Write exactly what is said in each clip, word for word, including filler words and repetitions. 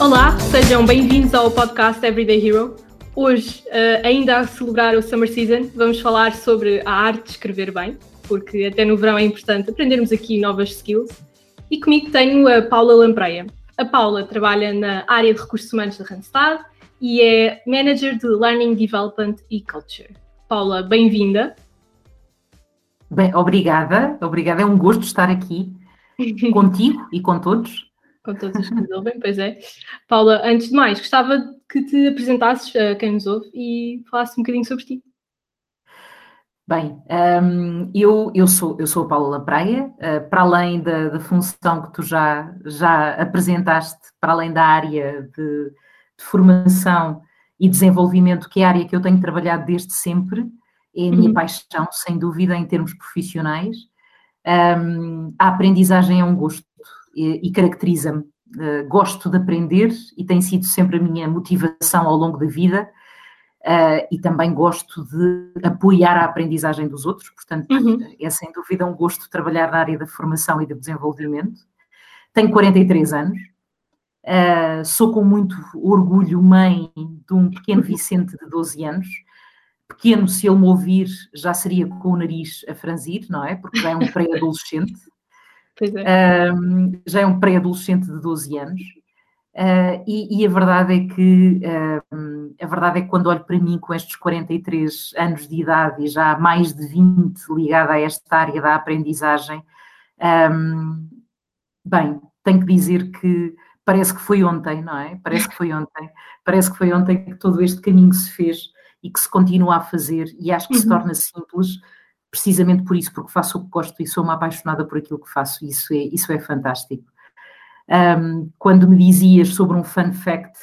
Olá, sejam bem-vindos ao podcast Everyday Hero. Hoje, uh, ainda a celebrar o Summer Season, vamos falar sobre a arte de escrever bem, porque até no verão é importante aprendermos aqui novas skills. E comigo tenho a Paula Lampreia. A Paula trabalha na área de recursos humanos da Randstad e é Manager de Learning Development e Culture. Paula, bem-vinda. Bem, obrigada, obrigada. É um gosto estar aqui contigo e com todos. Com todos os que nos ouvem, pois é. Paula, antes de mais, gostava que te apresentasses a quem nos ouve e falasses um bocadinho sobre ti. Bem, um, eu, eu, sou, eu sou a Paula Lampreia, uh, para além da, da função que tu já, já apresentaste, para além da área de, de formação e desenvolvimento, que é a área que eu tenho trabalhado desde sempre, é a minha Uhum. paixão, sem dúvida, em termos profissionais. Um, a aprendizagem é um gosto e, e caracteriza-me. Uh, gosto de aprender e tem sido sempre a minha motivação ao longo da vida. Uh, e também gosto de apoiar a aprendizagem dos outros, portanto, Uhum. é sem dúvida um gosto de trabalhar na área da formação e do desenvolvimento. Tenho quarenta e três anos, uh, sou com muito orgulho mãe de um pequeno Vicente de doze anos. Pequeno, se ele me ouvir, já seria com o nariz a franzir, não é? Porque já é um pré-adolescente. Pois é. Uh, já é um pré-adolescente de doze anos. Uh, e, e a verdade é que uh, a verdade é que quando olho para mim com estes quarenta e três anos de idade e já há mais de vinte ligada a esta área da aprendizagem, um, bem, tenho que dizer que parece que foi ontem, não é? Parece que foi ontem, parece que foi ontem que todo este caminho se fez e que se continua a fazer, e acho que Uhum. se torna simples precisamente por isso, porque faço o que gosto e sou uma apaixonada por aquilo que faço, e isso é, isso é fantástico. Um, quando me dizias sobre um fun fact,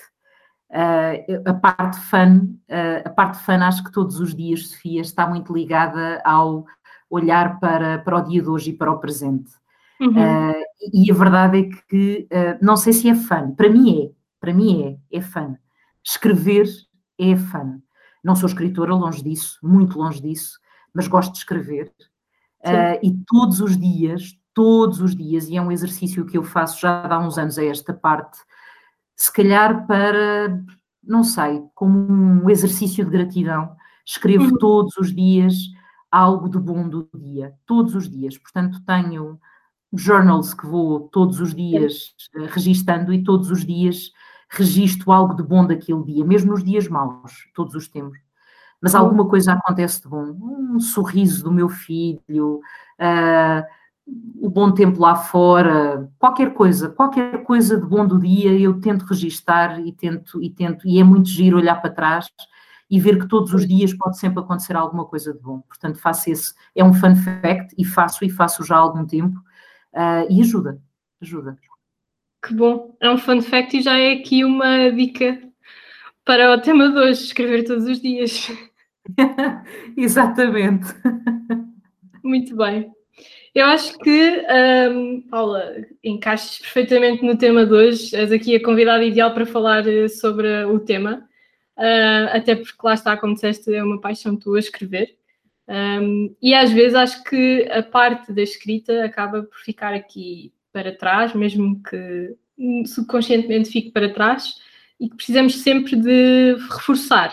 uh, a parte fun, uh, a parte fun acho que todos os dias, Sofia, está muito ligada ao olhar para, para o dia de hoje e para o presente. Uhum. Uh, e a verdade é que, uh, não sei se é fun, para mim é, para mim é, é fun. Escrever é fun. Não sou escritora, longe disso, muito longe disso, mas gosto de escrever. Uh, e todos os dias, todos os dias, e é um exercício que eu faço já há uns anos a esta parte, se calhar para, não sei, como um exercício de gratidão, escrevo Uhum. todos os dias algo de bom do dia, todos os dias. Portanto, tenho journals que vou todos os dias uh, registando e todos os dias registro algo de bom daquele dia, mesmo nos dias maus, todos os temos. Mas alguma coisa acontece de bom, um sorriso do meu filho, uh, o bom tempo lá fora, qualquer coisa, qualquer coisa de bom do dia eu tento registar e tento, e tento, e é muito giro olhar para trás e ver que todos os dias pode sempre acontecer alguma coisa de bom. Portanto, faço esse, é um fun fact e faço, e faço já há algum tempo, uh, e ajuda, ajuda. Que bom, é um fun fact e já é aqui uma dica para o tema de hoje, escrever todos os dias. Exatamente. Muito bem. Eu acho que, um, Paula, encaixas perfeitamente no tema de hoje. És aqui a convidada ideal para falar sobre o tema. Uh, até porque lá está, como disseste, é uma paixão tua escrever. Um, e às vezes acho que a parte da escrita acaba por ficar aqui para trás, mesmo que subconscientemente fique para trás, e que precisamos sempre de reforçar.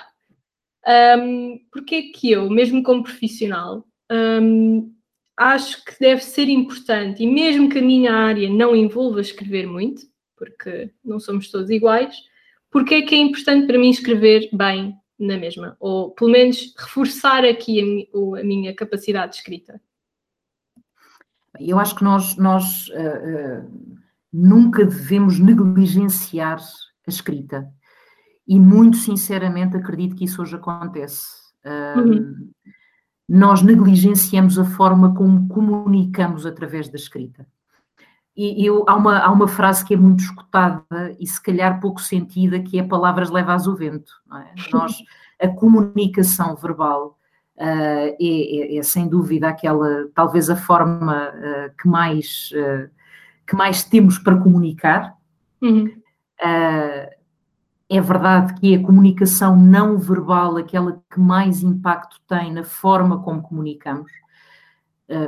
Um, porque é que eu, mesmo como profissional, um, acho que deve ser importante, e mesmo que a minha área não envolva escrever muito, porque não somos todos iguais, porque é que é importante para mim escrever bem na mesma? Ou, pelo menos, reforçar aqui a, mi, a minha capacidade de escrita? Eu acho que nós, nós uh, uh, nunca devemos negligenciar a escrita. E muito sinceramente acredito que isso hoje acontece. Uh, Uhum. Nós negligenciamos a forma como comunicamos através da escrita. E eu, há, uma, há uma frase que é muito escutada e se calhar pouco sentida, que é palavras levadas ao vento. Não é? Nós, a comunicação verbal uh, é, é, é sem dúvida aquela, talvez a forma uh, que, mais, uh, que mais temos para comunicar. Uhum. Uh, é verdade que é a comunicação não verbal aquela que mais impacto tem na forma como comunicamos. Uh,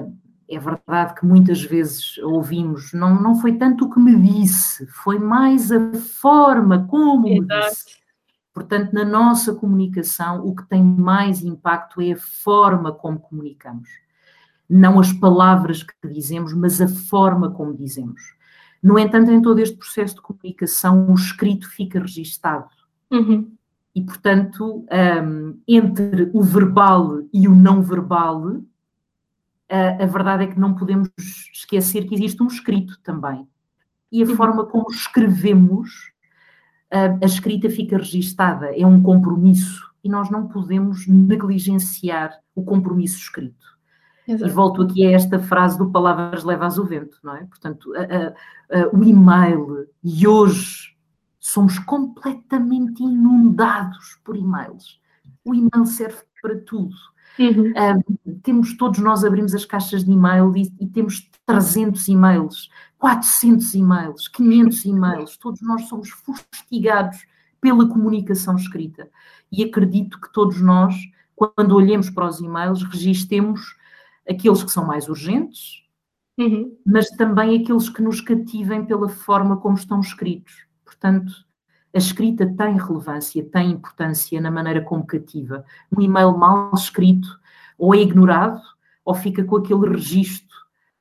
é verdade que muitas vezes ouvimos, não, não foi tanto o que me disse, foi mais a forma como me Exato. disse. Portanto, na nossa comunicação, o que tem mais impacto é a forma como comunicamos. Não as palavras que dizemos, mas a forma como dizemos. No entanto, em todo este processo de comunicação, o escrito fica registado. Uhum. E, portanto, um, entre o verbal e o não verbal, a, a verdade é que não podemos esquecer que existe um escrito também. E a Uhum. forma como escrevemos, a, a escrita fica registada, é um compromisso. E nós não podemos negligenciar o compromisso escrito. Exato. E volto aqui a esta frase do palavras levas ao vento, não é? Portanto, a, a, a, o e-mail, e hoje somos completamente inundados por e-mails. O e-mail serve para tudo. Uhum. Um, temos, todos nós abrimos as caixas de e-mail e, e temos trezentos e-mails, quatrocentos e-mails, quinhentos e-mails, todos nós somos fustigados pela comunicação escrita. E acredito que todos nós, quando olhemos para os e-mails, registremos aqueles que são mais urgentes, uhum. mas também aqueles que nos cativem pela forma como estão escritos. Portanto, a escrita tem relevância, tem importância na maneira como cativa. Um e-mail mal escrito ou é ignorado ou fica com aquele registro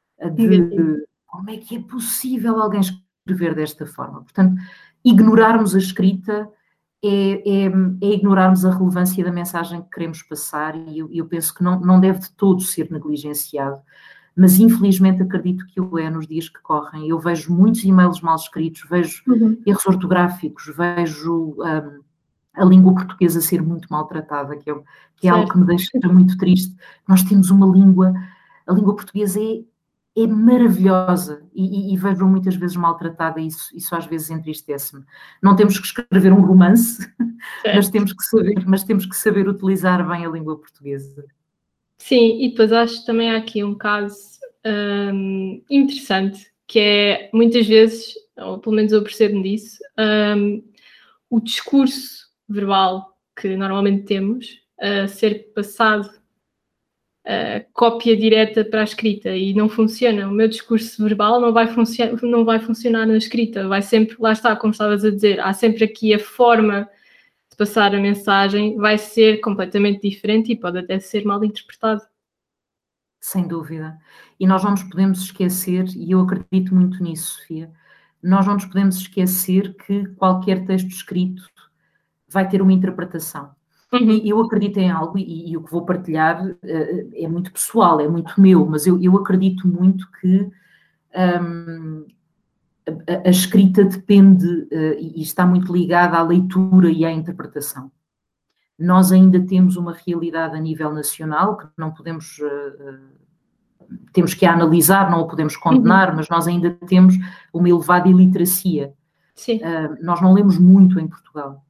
de como é que é possível alguém escrever desta forma. Portanto, ignorarmos a escrita é, é, é ignorarmos a relevância da mensagem que queremos passar e eu, eu penso que não, não deve de todo ser negligenciado. Mas infelizmente acredito que o é nos dias que correm. Eu vejo muitos e-mails mal escritos, vejo uhum. erros ortográficos, vejo um, a língua portuguesa ser muito maltratada, que é, que é algo que me deixa muito triste. Nós temos uma língua, a língua portuguesa é, é maravilhosa e, e, e vejo muitas vezes maltratada e isso, isso às vezes entristece-me. Não temos que escrever um romance, mas temos que saber, mas temos que saber utilizar bem a língua portuguesa. Sim, e depois acho que também há aqui um caso um, interessante, que é, muitas vezes, ou pelo menos eu percebo disso, um, o discurso verbal que normalmente temos a ser passado a cópia direta para a escrita e não funciona. O meu discurso verbal não vai, funcionar, não vai funcionar na escrita, vai sempre, lá está, como estavas a dizer, há sempre aqui a forma passar a mensagem vai ser completamente diferente e pode até ser mal interpretado. Sem dúvida. E nós não nos podemos esquecer, e eu acredito muito nisso, Sofia, nós não nos podemos esquecer que qualquer texto escrito vai ter uma interpretação. Uhum. E eu acredito em algo, e, e o que vou partilhar uh, é muito pessoal, é muito meu, mas eu, eu acredito muito que um, a, a escrita depende uh, e está muito ligada à leitura e à interpretação. Nós ainda temos uma realidade a nível nacional que não podemos, uh, temos que a analisar, não a podemos condenar, uhum. mas nós ainda temos uma elevada iliteracia. Sim. Uh, nós não lemos muito em Portugal.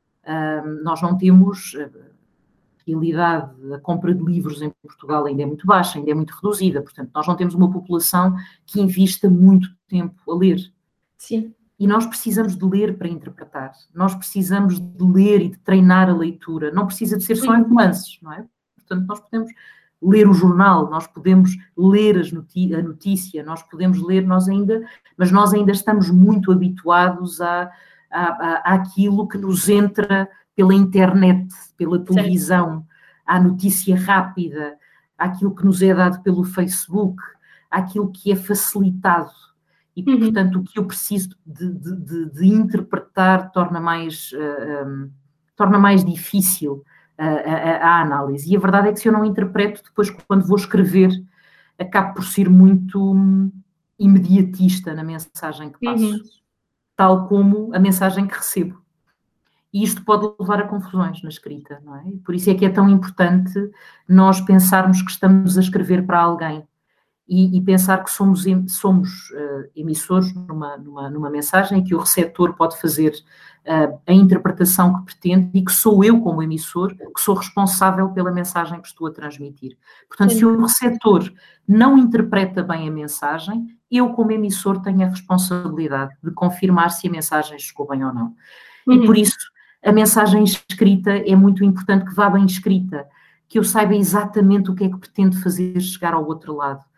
Uh, nós não temos uh, realidade, a compra de livros em Portugal ainda é muito baixa, ainda é muito reduzida, portanto nós não temos uma população que invista muito tempo a ler. Sim. E nós precisamos de ler para interpretar, nós precisamos de ler e de treinar a leitura, não precisa de ser só em romances, não é? Portanto, nós podemos ler o jornal, nós podemos ler as noti- a notícia, nós podemos ler, nós ainda, mas nós ainda estamos muito habituados a, a, a, àquilo que nos entra pela internet, pela televisão, certo. À notícia rápida, àquilo que nos é dado pelo Facebook, àquilo que é facilitado. E, uhum. portanto, o que eu preciso de, de, de, de interpretar torna mais, uh, um, torna mais difícil uh, a, a análise. E a verdade é que se eu não interpreto, depois quando vou escrever, acabo por ser muito um, imediatista na mensagem que passo. Uhum. Tal como a mensagem que recebo. E isto pode levar a confusões na escrita, não é? Por isso é que é tão importante nós pensarmos que estamos a escrever para alguém. E, e pensar que somos, somos uh, emissores numa, numa, numa mensagem, que o receptor pode fazer uh, a interpretação que pretende e que sou eu, como emissor, que sou responsável pela mensagem que estou a transmitir. Portanto, Sim. se o receptor não interpreta bem a mensagem, eu, como emissor, tenho a responsabilidade de confirmar se a mensagem chegou bem ou não. Uhum. E por isso, a mensagem escrita é muito importante que vá bem escrita, que eu saiba exatamente o que é que pretendo fazer chegar ao outro lado.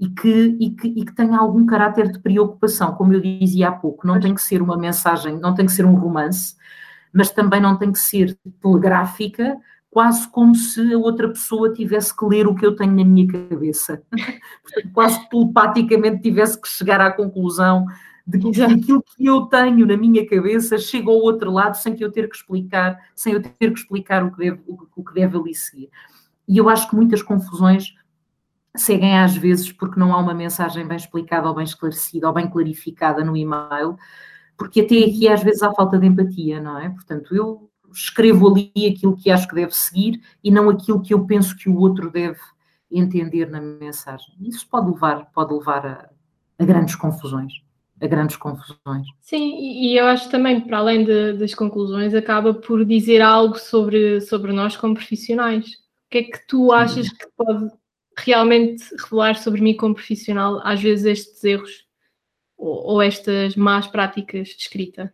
e que, e, que, e que tenha algum caráter de preocupação, como eu dizia há pouco, não tem que ser uma mensagem, não tem que ser um romance, mas também não tem que ser telegráfica, quase como se a outra pessoa tivesse que ler o que eu tenho na minha cabeça. Portanto, quase telepaticamente tivesse que chegar à conclusão de que Exato. aquilo que eu tenho na minha cabeça chega ao outro lado sem que eu ter que explicar, sem eu ter que explicar o que deve, o que deve ali seguir. E eu acho que muitas confusões seguem às vezes porque não há uma mensagem bem explicada ou bem esclarecida ou bem clarificada no e-mail, porque até aqui às vezes há falta de empatia, não é? Portanto, eu escrevo ali aquilo que acho que deve seguir e não aquilo que eu penso que o outro deve entender na mensagem. Isso pode levar, pode levar a, a grandes confusões, a grandes confusões. Sim, e eu acho também, para além de, das conclusões, acaba por dizer algo sobre, sobre nós como profissionais. O que é que tu achas que pode realmente revelar sobre mim como profissional, às vezes, estes erros ou, ou estas más práticas de escrita?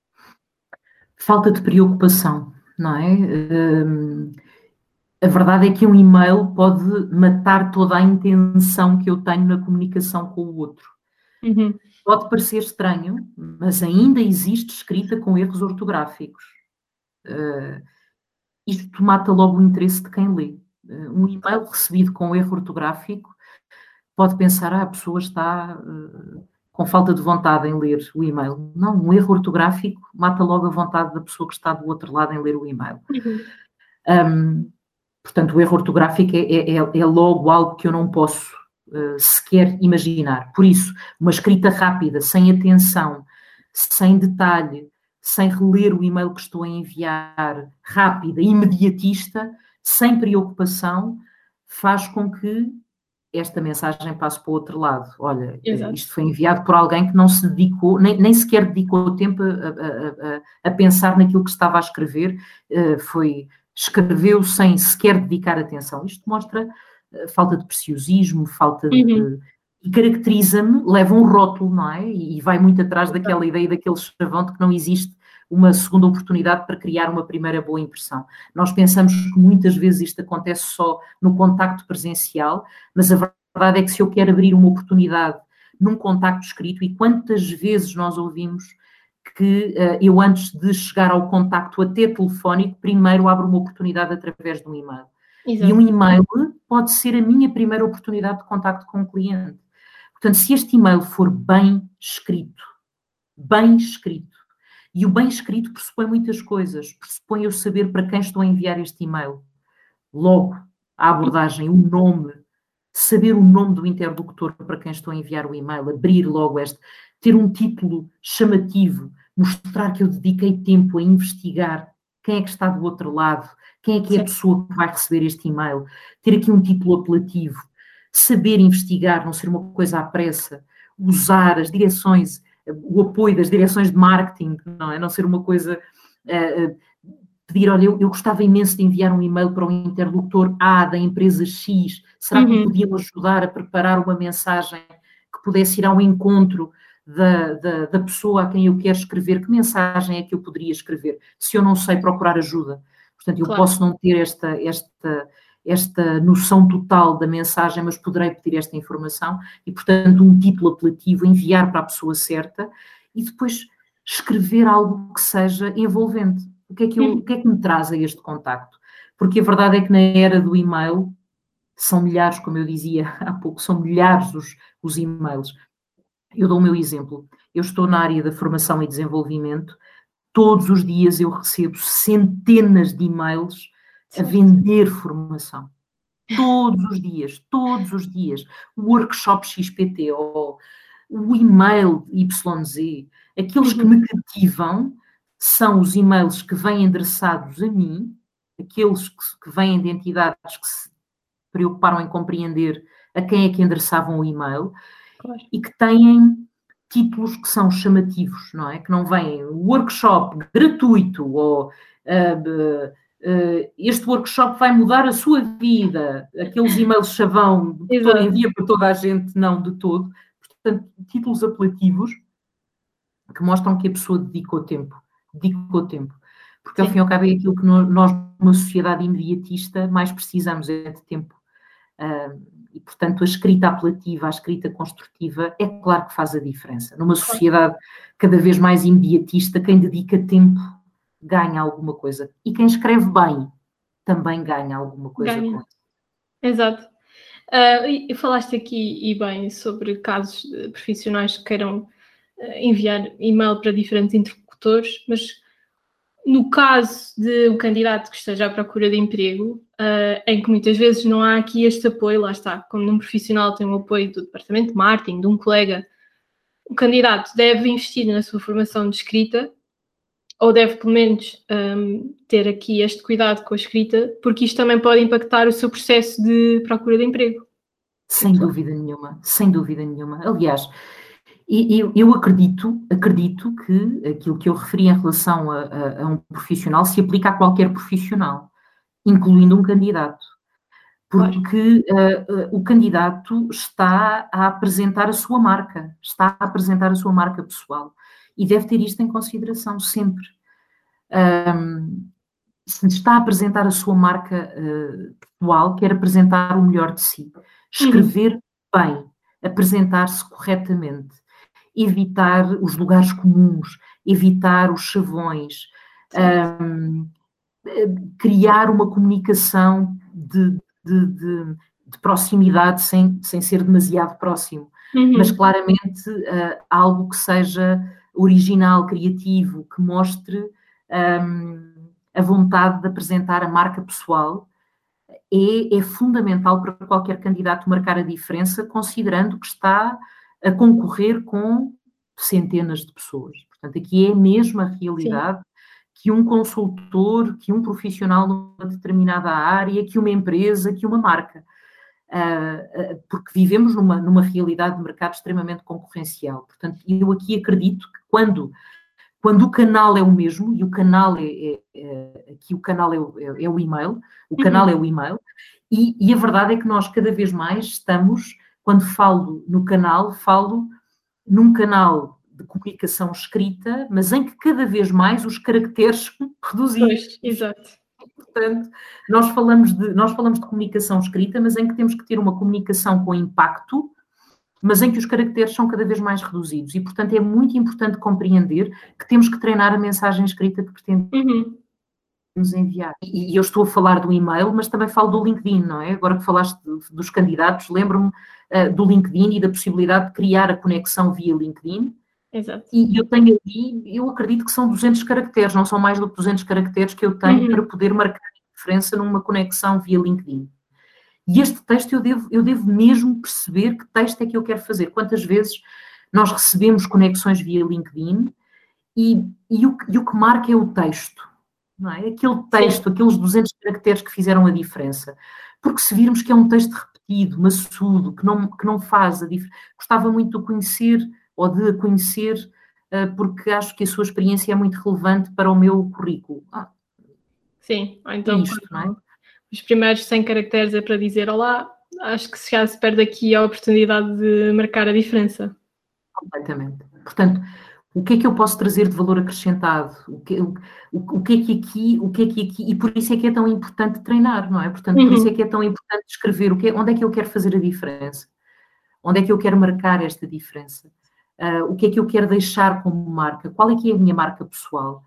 Falta de preocupação, não é? Hum, a verdade é que um e-mail pode matar toda a intenção que eu tenho na comunicação com o outro. Uhum. Pode parecer estranho, mas ainda existe escrita com erros ortográficos. Uh, isto mata logo o interesse de quem lê. Uh, um e-mail recebido com erro ortográfico pode pensar, ah, a pessoa está uh, com falta de vontade em ler o e-mail. Não, um erro ortográfico mata logo a vontade da pessoa que está do outro lado em ler o e-mail. Uhum. Um, portanto, o erro ortográfico é, é, é logo algo que eu não posso uh, sequer imaginar. Por isso, uma escrita rápida, sem atenção, sem detalhe, sem reler o e-mail que estou a enviar, rápida, imediatista, sem preocupação, faz com que esta mensagem passe para o outro lado. Olha, Exato. Isto foi enviado por alguém que não se dedicou, nem, nem sequer dedicou tempo a, a, a, a pensar naquilo que estava a escrever, uh, foi... escreveu sem sequer dedicar atenção. Isto mostra uh, falta de preciosismo, falta de... Uhum. E caracteriza-me, leva um rótulo, não é? E vai muito atrás daquela ideia, daquele chavão de que não existe uma segunda oportunidade para criar uma primeira boa impressão. Nós pensamos que muitas vezes isto acontece só no contacto presencial, mas a verdade é que se eu quero abrir uma oportunidade num contacto escrito, e quantas vezes nós ouvimos que uh, eu, antes de chegar ao contacto até telefónico, primeiro abro uma oportunidade através de um e-mail. Exato. E um e-mail pode ser a minha primeira oportunidade de contacto com o cliente. Portanto, se este e-mail for bem escrito, bem escrito, e o bem escrito pressupõe muitas coisas, pressupõe eu saber para quem estou a enviar este e-mail, logo a abordagem, o nome, saber o nome do interlocutor para quem estou a enviar o e-mail, abrir logo este, ter um título chamativo, mostrar que eu dediquei tempo a investigar quem é que está do outro lado, quem é que é a pessoa que vai receber este e-mail, ter aqui um título apelativo, saber investigar, não ser uma coisa à pressa, usar as direções, o apoio das direções de marketing, não é? Não ser uma coisa... Uh, pedir, olha, eu, eu gostava imenso de enviar um e-mail para o interlocutor A da empresa X, será que me podiam ajudar a preparar uma mensagem que pudesse ir ao encontro da, da, da pessoa a quem eu quero escrever? Que mensagem é que eu poderia escrever? Se eu não sei procurar ajuda. Portanto, eu claro. posso não ter esta, esta, esta noção total da mensagem, mas poderei pedir esta informação e, portanto, um título apelativo, enviar para a pessoa certa e depois escrever algo que seja envolvente. O que, é que eu, o que é que me traz a este contacto? Porque a verdade é que na era do e-mail são milhares, como eu dizia há pouco, são milhares os, os e-mails. Eu dou o meu exemplo. Eu estou na área da formação e desenvolvimento. Todos os dias eu recebo centenas de e-mails a vender formação. Todos os dias, todos os dias. O workshop X P T O, o e-mail Y Z, aqueles que me cativam são os e-mails que vêm endereçados a mim, aqueles que, que vêm de entidades que se preocuparam em compreender a quem é que endereçavam o e-mail, claro. E que têm títulos que são chamativos, não é? Que não vêm workshop gratuito ou uh, uh, este workshop vai mudar a sua vida, aqueles e-mails chavão que todo envia para toda a gente, não de todo. Portanto, títulos apelativos que mostram que a pessoa dedicou tempo. Dedicou tempo. Porque, Sim. ao fim e ao cabo, é aquilo que nós, numa sociedade imediatista, mais precisamos é de tempo. Uh, e, portanto, a escrita apelativa, a escrita construtiva, é claro que faz a diferença. Numa sociedade cada vez mais imediatista, quem dedica tempo ganha alguma coisa. E quem escreve bem também ganha alguma coisa Ganha. com isso. Exato. Uh, e, e falaste aqui, e bem, sobre casos de profissionais que queiram uh, enviar e-mail para diferentes interlocutores, mas no caso de um candidato que esteja à procura de emprego, uh, em que muitas vezes não há aqui este apoio, lá está, quando um profissional tem o apoio do departamento de marketing, de um colega, o candidato deve investir na sua formação de escrita, ou deve pelo menos um, ter aqui este cuidado com a escrita, porque isto também pode impactar o seu processo de procura de emprego. Sem dúvida nenhuma, sem dúvida nenhuma. Aliás, eu, eu acredito, acredito que aquilo que eu referi em relação a, a, a um profissional se aplica a qualquer profissional, incluindo um candidato. Porque claro. uh, uh, o candidato está a apresentar a sua marca, está a apresentar a sua marca pessoal e deve ter isto em consideração sempre. Um, se está a apresentar a sua marca uh, pessoal, quer apresentar o melhor de si, escrever uhum. bem, apresentar-se corretamente, evitar os lugares comuns, evitar os chavões, um, criar uma comunicação de, de, de, de proximidade sem, sem ser demasiado próximo, uhum. mas claramente uh, algo que seja original, criativo, que mostre um, a vontade de apresentar a marca pessoal, é, é fundamental para qualquer candidato marcar a diferença, considerando que está a concorrer com centenas de pessoas. Portanto, aqui é a mesma realidade Sim. que um consultor, que um profissional numa determinada área, que uma empresa, que uma marca. Uh, uh, porque vivemos numa, numa realidade de mercado extremamente concorrencial. Portanto, eu aqui acredito que quando, quando o canal é o mesmo, e o canal é, é, é aqui o canal é o, é, é o e-mail, o canal uhum. é o e-mail, e, e a verdade é que nós cada vez mais estamos, quando falo no canal, falo num canal de comunicação escrita, mas em que cada vez mais os caracteres reduzidos. Pois, exato. Portanto, nós falamos, de, nós falamos de comunicação escrita, mas em que temos que ter uma comunicação com impacto, mas em que os caracteres são cada vez mais reduzidos. E, portanto, é muito importante compreender que temos que treinar a mensagem escrita que pretendemos uhum. enviar. E, e eu estou a falar do e-mail, mas também falo do LinkedIn, não é? Agora que falaste de, dos candidatos, lembro-me uh, do LinkedIn e da possibilidade de criar a conexão via LinkedIn. Exato. E eu tenho ali, eu acredito que são duzentos caracteres, não são mais do que duzentos caracteres que eu tenho uhum. para poder marcar a diferença numa conexão via LinkedIn. E este texto eu devo, eu devo mesmo perceber que texto é que eu quero fazer. Quantas vezes nós recebemos conexões via LinkedIn e, e, o, e o que marca é o texto, não é? Aquele texto, Sim. aqueles duzentos caracteres que fizeram a diferença. Porque se virmos que é um texto repetido, maçudo, que não, que não faz a diferença, gostava muito de conhecer ou de a conhecer, uh, porque acho que a sua experiência é muito relevante para o meu currículo. Ah, Sim, ou então é isto, não é? Os primeiros cem caracteres é para dizer olá, acho que já se perde aqui a oportunidade de marcar a diferença. Completamente. Portanto, o que é que eu posso trazer de valor acrescentado? O que, o, o que é que aqui, o que é que aqui, e por isso é que é tão importante treinar, não é? Portanto, uhum. por isso é que é tão importante escrever o que é, onde é que eu quero fazer a diferença? Onde é que eu quero marcar esta diferença? Uh, o que é que eu quero deixar como marca? Qual é que é a minha marca pessoal?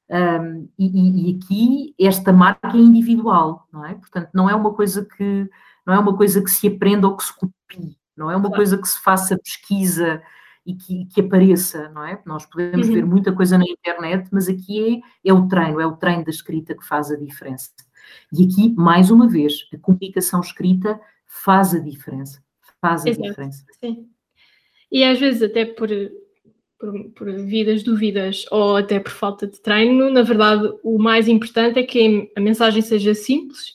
Um, e, e aqui esta marca é individual, não é? Portanto, não é uma coisa que, não é uma coisa que se aprenda ou que se copie, não é uma claro. coisa que se faça pesquisa e que, que apareça, não é? Nós podemos uhum. ver muita coisa na internet, mas aqui é, é o treino, é o treino da escrita que faz a diferença. E aqui, mais uma vez, a comunicação escrita faz a diferença, faz a Exato. diferença. Sim. E às vezes até por, por, por vidas dúvidas ou até por falta de treino, na verdade o mais importante é que a mensagem seja simples,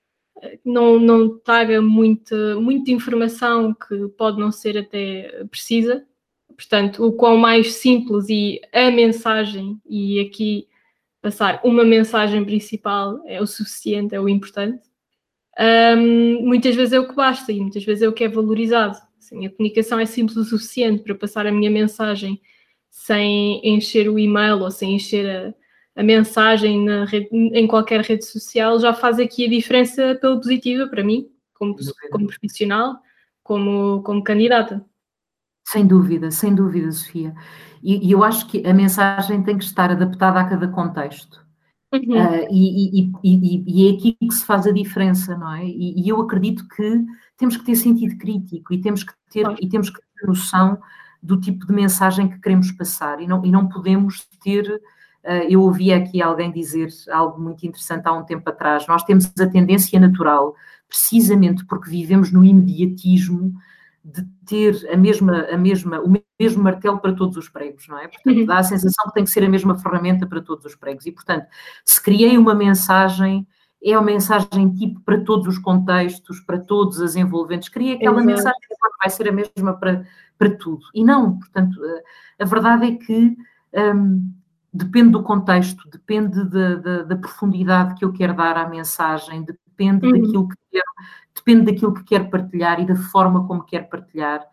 não, não traga muita, muita informação que pode não ser até precisa. Portanto, o quão mais simples e a mensagem, e aqui passar uma mensagem principal é o suficiente, é o importante, um, muitas vezes é o que basta e muitas vezes é o que é valorizado. Assim, a comunicação é simples o suficiente para passar a minha mensagem sem encher o e-mail ou sem encher a, a mensagem na rede, em qualquer rede social, já faz aqui a diferença pela positiva para mim, como, como profissional, como, como candidata. Sem dúvida, sem dúvida, Sofia. E, e eu acho que a mensagem tem que estar adaptada a cada contexto. Uhum. Uh, e, e, e, e é aqui que se faz a diferença, não é? E, e eu acredito que temos que ter sentido crítico e temos que ter, claro. e temos que ter noção do tipo de mensagem que queremos passar e não, e não podemos ter... Uh, eu ouvi aqui alguém dizer algo muito interessante há um tempo atrás. Nós temos a tendência natural, precisamente porque vivemos no imediatismo, de ter a mesma, a mesma, o mesmo martelo para todos os pregos, não é? Portanto, uhum. dá a sensação que tem que ser a mesma ferramenta para todos os pregos. E, portanto, se criei uma mensagem, é uma mensagem tipo para todos os contextos, para todos as envolventes. Criei aquela Exato. mensagem que vai ser a mesma para, para tudo. E não, portanto, a, a verdade é que um, depende do contexto, depende da, da, da profundidade que eu quero dar à mensagem, depende uhum. daquilo que quero, depende daquilo que quero partilhar e da forma como quero partilhar.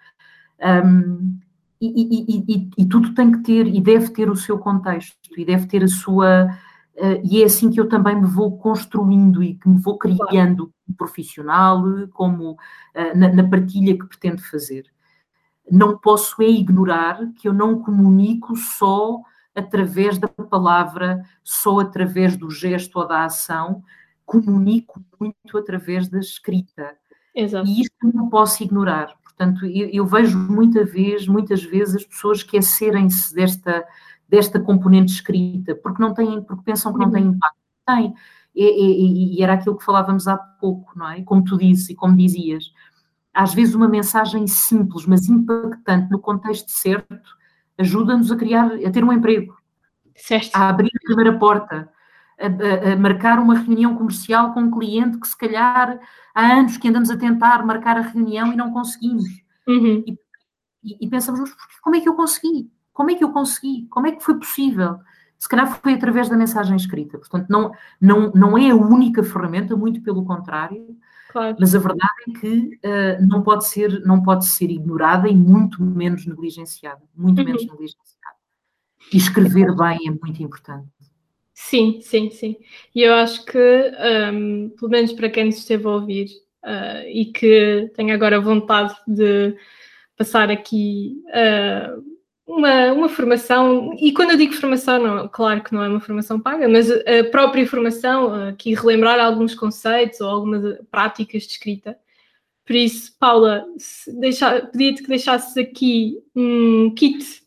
Um, e, e, e, e tudo tem que ter e deve ter o seu contexto e deve ter a sua... Uh, e é assim que eu também me vou construindo e que me vou criando como profissional, como uh, na, na partilha que pretendo fazer. Não posso é ignorar que eu não comunico só através da palavra, só através do gesto ou da ação, comunico muito através da escrita. Exato. E isto não posso ignorar. Portanto, eu, eu vejo muita vez, muitas vezes as pessoas esquecerem-se desta, desta componente escrita, porque, não têm, porque pensam que não tem impacto. Tem. E, e, e era aquilo que falávamos há pouco, não é? Como tu dizes e como dizias. Às vezes uma mensagem simples, mas impactante no contexto certo, ajuda-nos a criar, a ter um emprego. Certo. A abrir a primeira porta. A, a, a marcar uma reunião comercial com um cliente que se calhar há anos que andamos a tentar marcar a reunião e não conseguimos. Uhum. E, e, e pensamos, mas como é que eu consegui? Como é que eu consegui? Como é que foi possível? Se calhar foi através da mensagem escrita. Portanto, não, não, não é a única ferramenta, muito pelo contrário, claro. Mas a verdade é que uh, não, pode ser, não pode ser ignorada e muito menos negligenciada. Muito uhum. menos negligenciada. E escrever bem é muito importante. Sim, sim, sim. E eu acho que, um, pelo menos para quem nos esteve a ouvir uh, e que tem agora vontade de passar aqui uh, uma, uma formação, e quando eu digo formação, não, claro que não é uma formação paga, mas a própria formação, uh, aqui relembrar alguns conceitos ou algumas práticas de escrita. Por isso, Paula, pedia-te que deixasses aqui um kit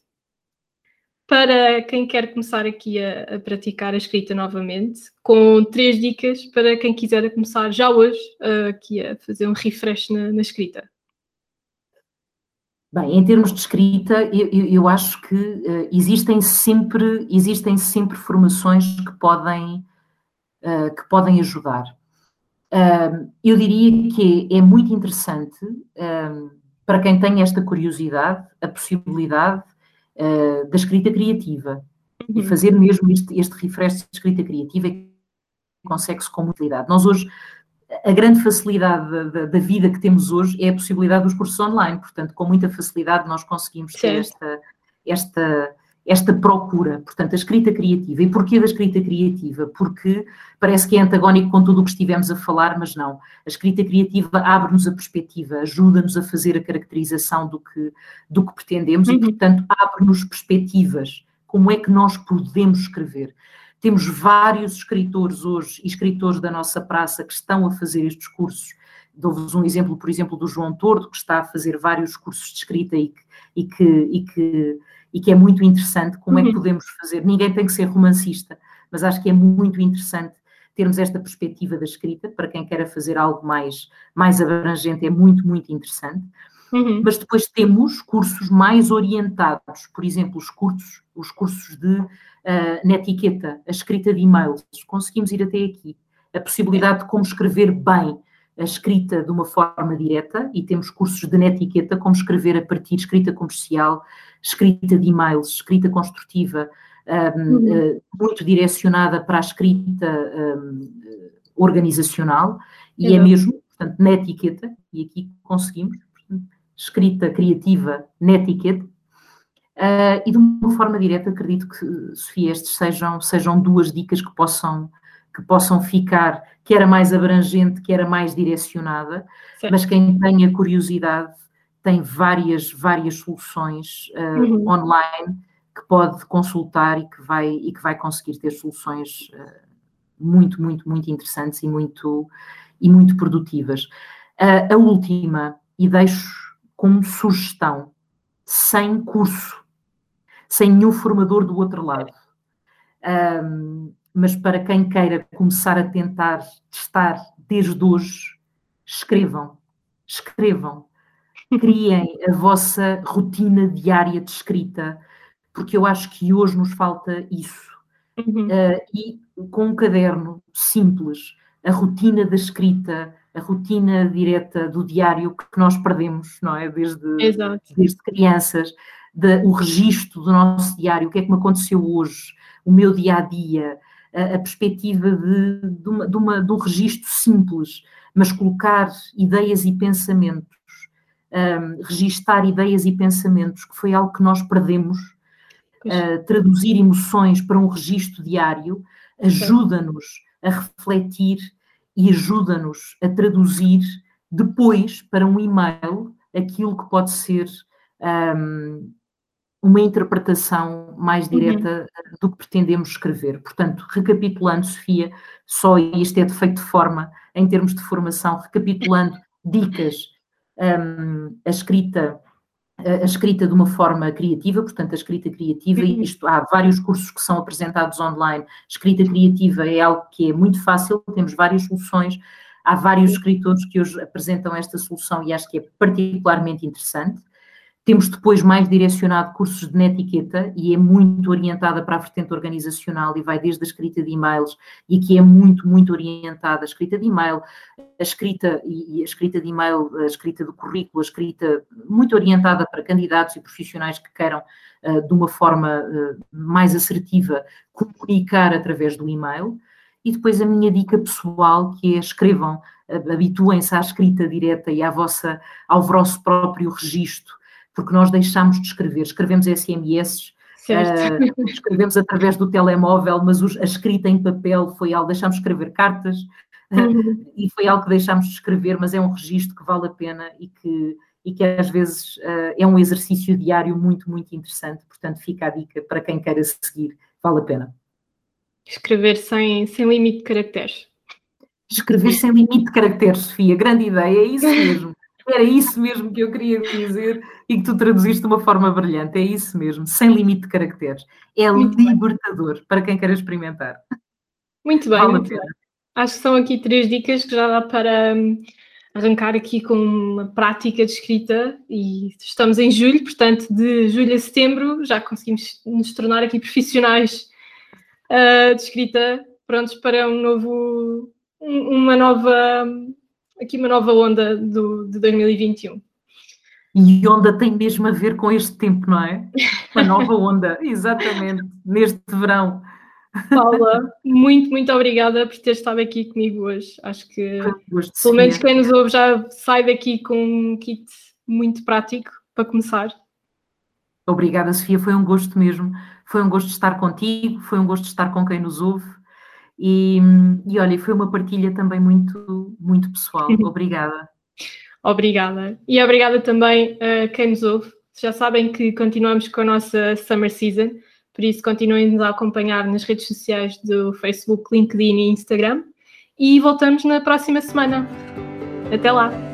para quem quer começar aqui a, a praticar a escrita novamente, com três dicas para quem quiser começar já hoje uh, aqui a fazer um refresh na, na escrita. Bem, em termos de escrita, eu, eu, eu acho que uh, existem, sempre, existem sempre formações que podem, uh, que podem ajudar. Uh, eu diria que é, é muito interessante, uh, para quem tem esta curiosidade, a possibilidade Uh, da escrita criativa uhum. e fazer mesmo este, este refresh de escrita criativa que consegue-se com muita facilidade. Nós hoje, a grande facilidade da, da, da vida que temos hoje é a possibilidade dos cursos online, portanto, com muita facilidade nós conseguimos ter esta, esta, esta procura, portanto, a escrita criativa. E porquê da escrita criativa? Porque parece que é antagónico com tudo o que estivemos a falar, mas não. A escrita criativa abre-nos a perspectiva, ajuda-nos a fazer a caracterização do que, do que pretendemos uhum. e, portanto, abre-nos perspectivas. Como é que nós podemos escrever? Temos vários escritores hoje, escritores da nossa praça, que estão a fazer estes cursos. Dou-vos um exemplo, por exemplo, do João Tordo, que está a fazer vários cursos de escrita e que, e que, e que, e que é muito interessante. Como uhum. é que podemos fazer? Ninguém tem que ser romancista, mas acho que é muito interessante termos esta perspectiva da escrita. Para quem queira fazer algo mais, mais abrangente, é muito, muito interessante. Uhum. Mas depois temos cursos mais orientados, por exemplo, os cursos, os cursos de uh, netiqueta, a escrita de e-mails. Conseguimos ir até aqui. A possibilidade de como escrever bem a escrita de uma forma direta, e temos cursos de netiqueta, como escrever a partir de escrita comercial, escrita de e-mails, escrita construtiva, um, uhum. uh, muito direcionada para a escrita um, organizacional, e Exato. É mesmo, portanto, netiqueta, e aqui conseguimos, portanto, escrita criativa, netiqueta, uh, e de uma forma direta acredito que, Sofia, estes sejam, sejam duas dicas que possam, que possam ficar, que era mais abrangente, que era mais direcionada, certo. Mas quem tenha curiosidade tem várias, várias soluções uh, uhum. online que pode consultar e que vai, e que vai conseguir ter soluções uh, muito, muito, muito interessantes e muito, e muito produtivas. Uh, a última, e deixo como sugestão, sem curso, sem nenhum formador do outro lado. Um, mas para quem queira começar a tentar testar desde hoje, escrevam, escrevam, criem a vossa rotina diária de escrita, porque eu acho que hoje nos falta isso. Uhum. Uh, e com um caderno simples, a rotina da escrita, a rotina direta do diário que nós perdemos, não é? Desde, desde crianças, de, o registro do nosso diário, o que é que me aconteceu hoje, o meu dia-a-dia, a, a perspectiva de, de, uma, de, uma, de um registro simples, mas colocar ideias e pensamentos, um, registar ideias e pensamentos, que foi algo que nós perdemos, uh, traduzir emoções para um registro diário, ajuda-nos a refletir e ajuda-nos a traduzir depois para um e-mail aquilo que pode ser um, uma interpretação mais direta uhum. do que pretendemos escrever. Portanto, recapitulando, Sofia, só isto é de feito de forma, em termos de formação, recapitulando dicas, um, a escrita, a escrita de uma forma criativa, portanto, a escrita criativa, uhum. isto, há vários cursos que são apresentados online, escrita criativa é algo que é muito fácil, temos várias soluções, há vários escritores que hoje apresentam esta solução e acho que é particularmente interessante. Temos depois mais direcionado cursos de netiqueta e é muito orientada para a vertente organizacional e vai desde a escrita de e-mails e aqui é muito, muito orientada a escrita de e-mail, a escrita e a escrita de e-mail, a escrita do currículo, a escrita muito orientada para candidatos e profissionais que queiram uh, de uma forma uh, mais assertiva comunicar através do e-mail. E depois a minha dica pessoal que é escrevam, habituem-se à escrita direta e à vossa, ao vosso próprio registro, porque nós deixámos de escrever, escrevemos S M S, uh, escrevemos através do telemóvel, mas os, a escrita em papel foi algo, deixámos de escrever cartas, uhum. uh, e foi algo que deixámos de escrever, mas é um registro que vale a pena e que, e que às vezes uh, é um exercício diário muito, muito interessante, portanto fica a dica para quem queira seguir, vale a pena. Escrever sem, sem limite de caracteres. Escrever sem limite de caracteres, Sofia, grande ideia, é isso mesmo. Era isso mesmo que eu queria dizer e que tu traduziste de uma forma brilhante. É isso mesmo, sem limite de caracteres. É muito libertador bem. Para quem queira experimentar. Muito bem, vale muito bem. Acho que são aqui três dicas que já dá para um, arrancar aqui com uma prática de escrita e estamos em julho, portanto de julho a setembro já conseguimos nos tornar aqui profissionais uh, de escrita, prontos para um novo, um, uma nova... aqui uma nova onda do, de dois mil e vinte e um. E onda tem mesmo a ver com este tempo, não é? Uma nova onda, exatamente, neste verão. Paula, muito, muito obrigada por ter estado aqui comigo hoje. Acho que, pelo menos quem nos ouve já sai daqui com um kit muito prático para começar. Obrigada, Sofia, foi um gosto mesmo. Foi um gosto de estar contigo, foi um gosto de estar com quem nos ouve. E, e olha, foi uma partilha também muito, muito pessoal. Obrigada. Obrigada. E obrigada também a quem nos ouve. Já sabem que continuamos com a nossa Summer Season, por isso continuem-nos a acompanhar nas redes sociais do Facebook, LinkedIn e Instagram. E voltamos na próxima semana. Até lá!